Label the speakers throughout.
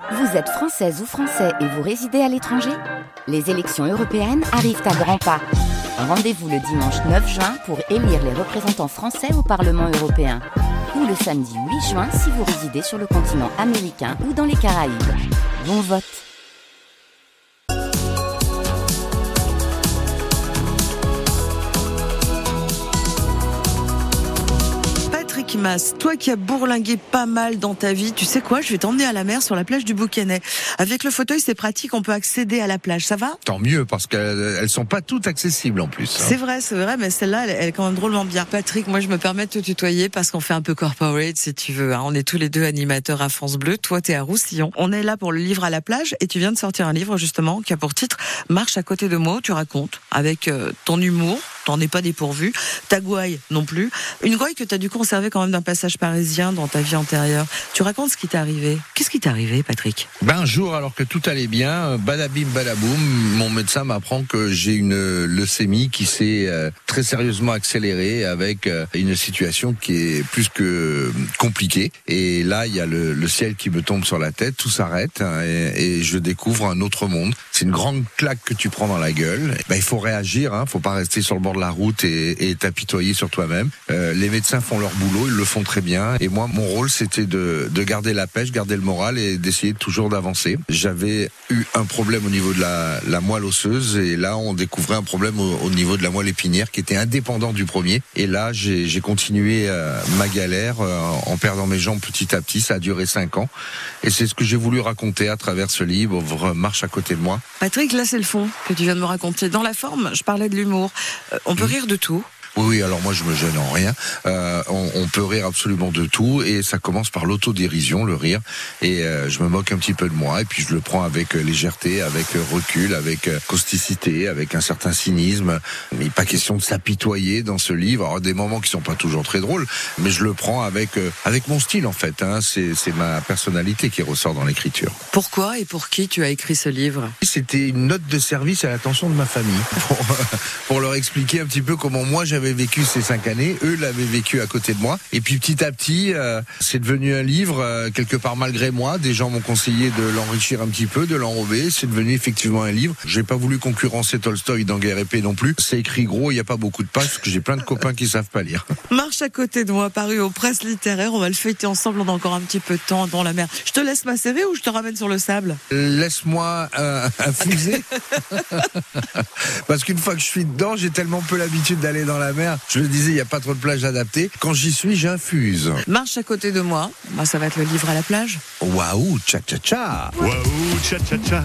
Speaker 1: Vous êtes française ou français et vous résidez à l'étranger ? Les élections européennes arrivent à grands pas. Rendez-vous le dimanche 9 juin pour élire les représentants français au Parlement européen. Ou le samedi 8 juin si vous résidez sur le continent américain ou dans les Caraïbes. Bon vote!
Speaker 2: Patrick Mas, toi qui as bourlingué pas mal dans ta vie, tu sais quoi, je vais t'emmener à la mer sur la plage du Bouquenet. Avec le fauteuil, c'est pratique, on peut accéder à la plage, ça va ?
Speaker 3: Tant mieux, parce qu'elles sont pas toutes accessibles en plus.
Speaker 2: C'est vrai, mais celle-là, elle est quand même drôlement bien. Patrick, moi je me permets de te tutoyer parce qu'on fait un peu corporate si tu veux. On est tous les deux animateurs à France Bleu, toi t'es à Roussillon. On est là pour le livre à la plage et tu viens de sortir un livre justement qui a pour titre « Marche à côté de moi » où tu racontes avec ton humour, t'en es pas dépourvu, ta gouaille non plus. Une gouaille que t'as dû conserver quand même d'un passage parisien dans ta vie antérieure. Tu racontes ce qui t'est arrivé. Qu'est-ce qui t'est arrivé, Patrick ?
Speaker 3: Un jour, alors que tout allait bien, badabim badaboum, mon médecin m'apprend que j'ai une leucémie qui s'est très sérieusement accélérée avec une situation qui est plus que compliquée. Et là, il y a le ciel qui me tombe sur la tête, tout s'arrête et je découvre un autre monde. C'est une grande claque que tu prends dans la gueule. Il faut réagir, faut pas rester sur le bord de la route et t'apitoyer sur toi-même. Les médecins font leur boulot, ils le font très bien. Et moi, mon rôle, c'était de garder la pêche, garder le moral et d'essayer toujours d'avancer. J'avais eu un problème au niveau de la moelle osseuse et là, on découvrait un problème au niveau de la moelle épinière qui était indépendant du premier. Et là, j'ai continué ma galère en perdant mes jambes petit à petit. Ça a duré 5 ans. Et c'est ce que j'ai voulu raconter à travers ce livre, Marche à côté de moi.
Speaker 2: Patrick, là, c'est le fond que tu viens de me raconter. Dans la forme, je parlais de l'humour. On peut rire de tout.
Speaker 3: Oui, alors moi je me gêne en rien. On peut rire absolument de tout et ça commence par l'autodérision, le rire. Et je me moque un petit peu de moi et puis je le prends avec légèreté, avec recul, avec causticité, avec un certain cynisme. Mais pas question de s'apitoyer dans ce livre. Alors des moments qui sont pas toujours très drôles, mais je le prends avec mon style en fait. C'est ma personnalité qui ressort dans l'écriture.
Speaker 2: Pourquoi et pour qui tu as écrit ce livre ?
Speaker 3: C'était une note de service à l'attention de ma famille pour leur expliquer un petit peu comment moi j'avais vécu ces 5 années, eux l'avaient vécu à côté de moi. Et puis petit à petit, c'est devenu un livre, quelque part malgré moi. Des gens m'ont conseillé de l'enrichir un petit peu, de l'enrober. C'est devenu effectivement un livre. J'ai pas voulu concurrencer Tolstoï dans Guerre et Paix non plus. C'est écrit gros, il y a pas beaucoup de pages parce que j'ai plein de copains qui savent pas lire.
Speaker 2: Marche à côté de moi, paru aux presses littéraires. On va le feuilleter ensemble, on a encore un petit peu de temps dans la mer. Je te laisse m'insérer ou je te ramène sur le sable ?
Speaker 3: Laisse-moi infuser. Parce qu'une fois que je suis dedans, j'ai tellement peu l'habitude d'aller dans la mer. Je le disais, il n'y a pas trop de plages adaptées. Quand j'y suis, j'infuse.
Speaker 2: Marche à côté de moi. Ça va être le livre à la plage.
Speaker 3: Waouh, cha-cha-cha.
Speaker 4: Waouh, cha-cha-cha.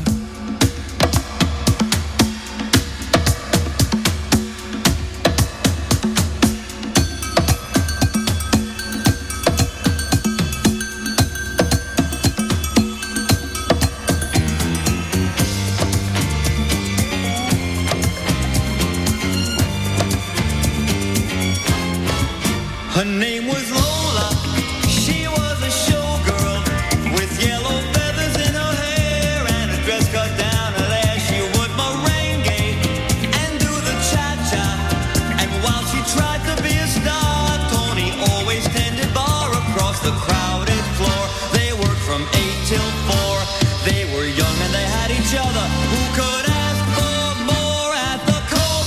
Speaker 5: Her name was Lola, she was a showgirl with yellow feathers in her hair and a dress cut down her there. She would merengue and do the cha-cha, and while she tried to be a star, Tony always tended bar across the crowded floor. They worked from 8 till 4, they were young and they had each other. Who could ask for more at the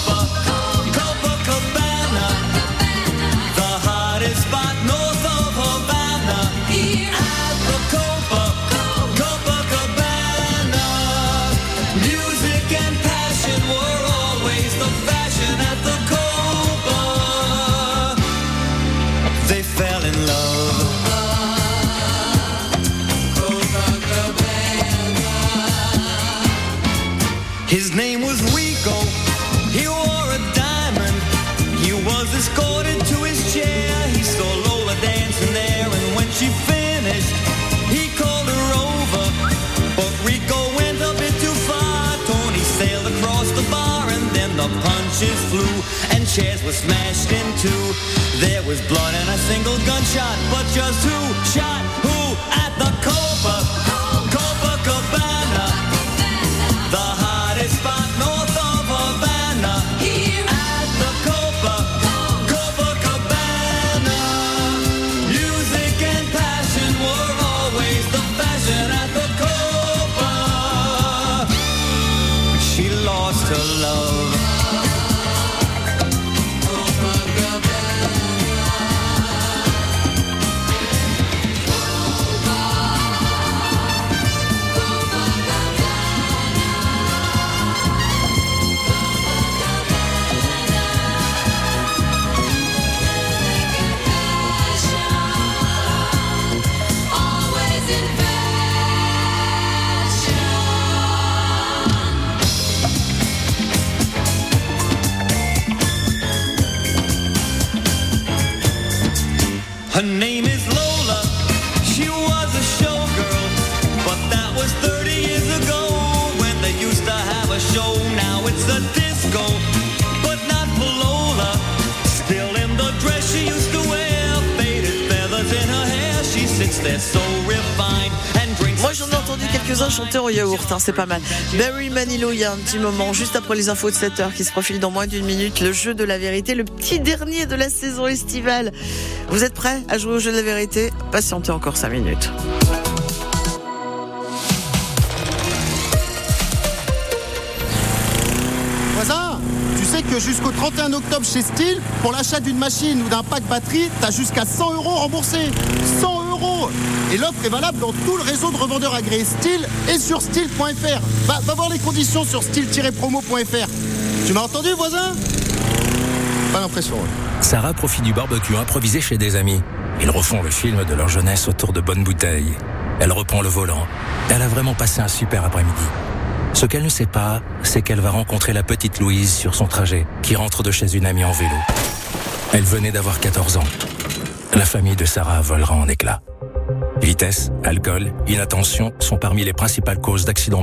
Speaker 5: Copacabana? The hottest spot north of Havana. At the Copacabana. Music and passion were always the fashion at the Copa. They fell in love. His name was Rico, he wore a diamond. He was escorted to his chair. He saw Lola dancing there, and when she finished, he called her over. But Rico went a bit too far. Tony sailed across the bar, and then the punches flew, and chairs were smashed in two. There was blood and a single gunshot, but just who shot who at the Copacabana? The hottest spot north of Havana. At the Copacabana. Music and passion were always the fashion at the Copacabana. so refined and drinks.
Speaker 2: Moi, j'en ai entendu quelques-uns chanter au yaourt, c'est pas mal. Barry Manilow, il y a un petit moment, juste après les infos de 7h qui se profilent dans moins d'une minute, le jeu de la vérité, le petit dernier de la saison estivale. Vous êtes prêts à jouer au jeu de la vérité? Patientez encore 5 minutes.
Speaker 4: Voisin, tu sais que jusqu'au 31 octobre chez Stihl, pour l'achat d'une machine ou d'un pack batterie, t'as jusqu'à 100 € remboursés. 100 €. Et l'offre est valable dans tout le réseau de revendeurs agréés Stihl et sur stihl.fr. Va voir les conditions sur stihl-promo.fr. Tu m'as entendu, voisin? Pas l'impression.
Speaker 6: Sarah profite du barbecue improvisé chez des amis. Ils refont le film de leur jeunesse autour de bonnes bouteilles. Elle reprend le volant. Elle a vraiment passé un super après-midi. Ce qu'elle ne sait pas, c'est qu'elle va rencontrer la petite Louise sur son trajet, qui rentre de chez une amie en vélo. Elle venait d'avoir 14 ans. La famille de Sarah volera en éclats. Vitesse, alcool, inattention sont parmi les principales causes d'accidents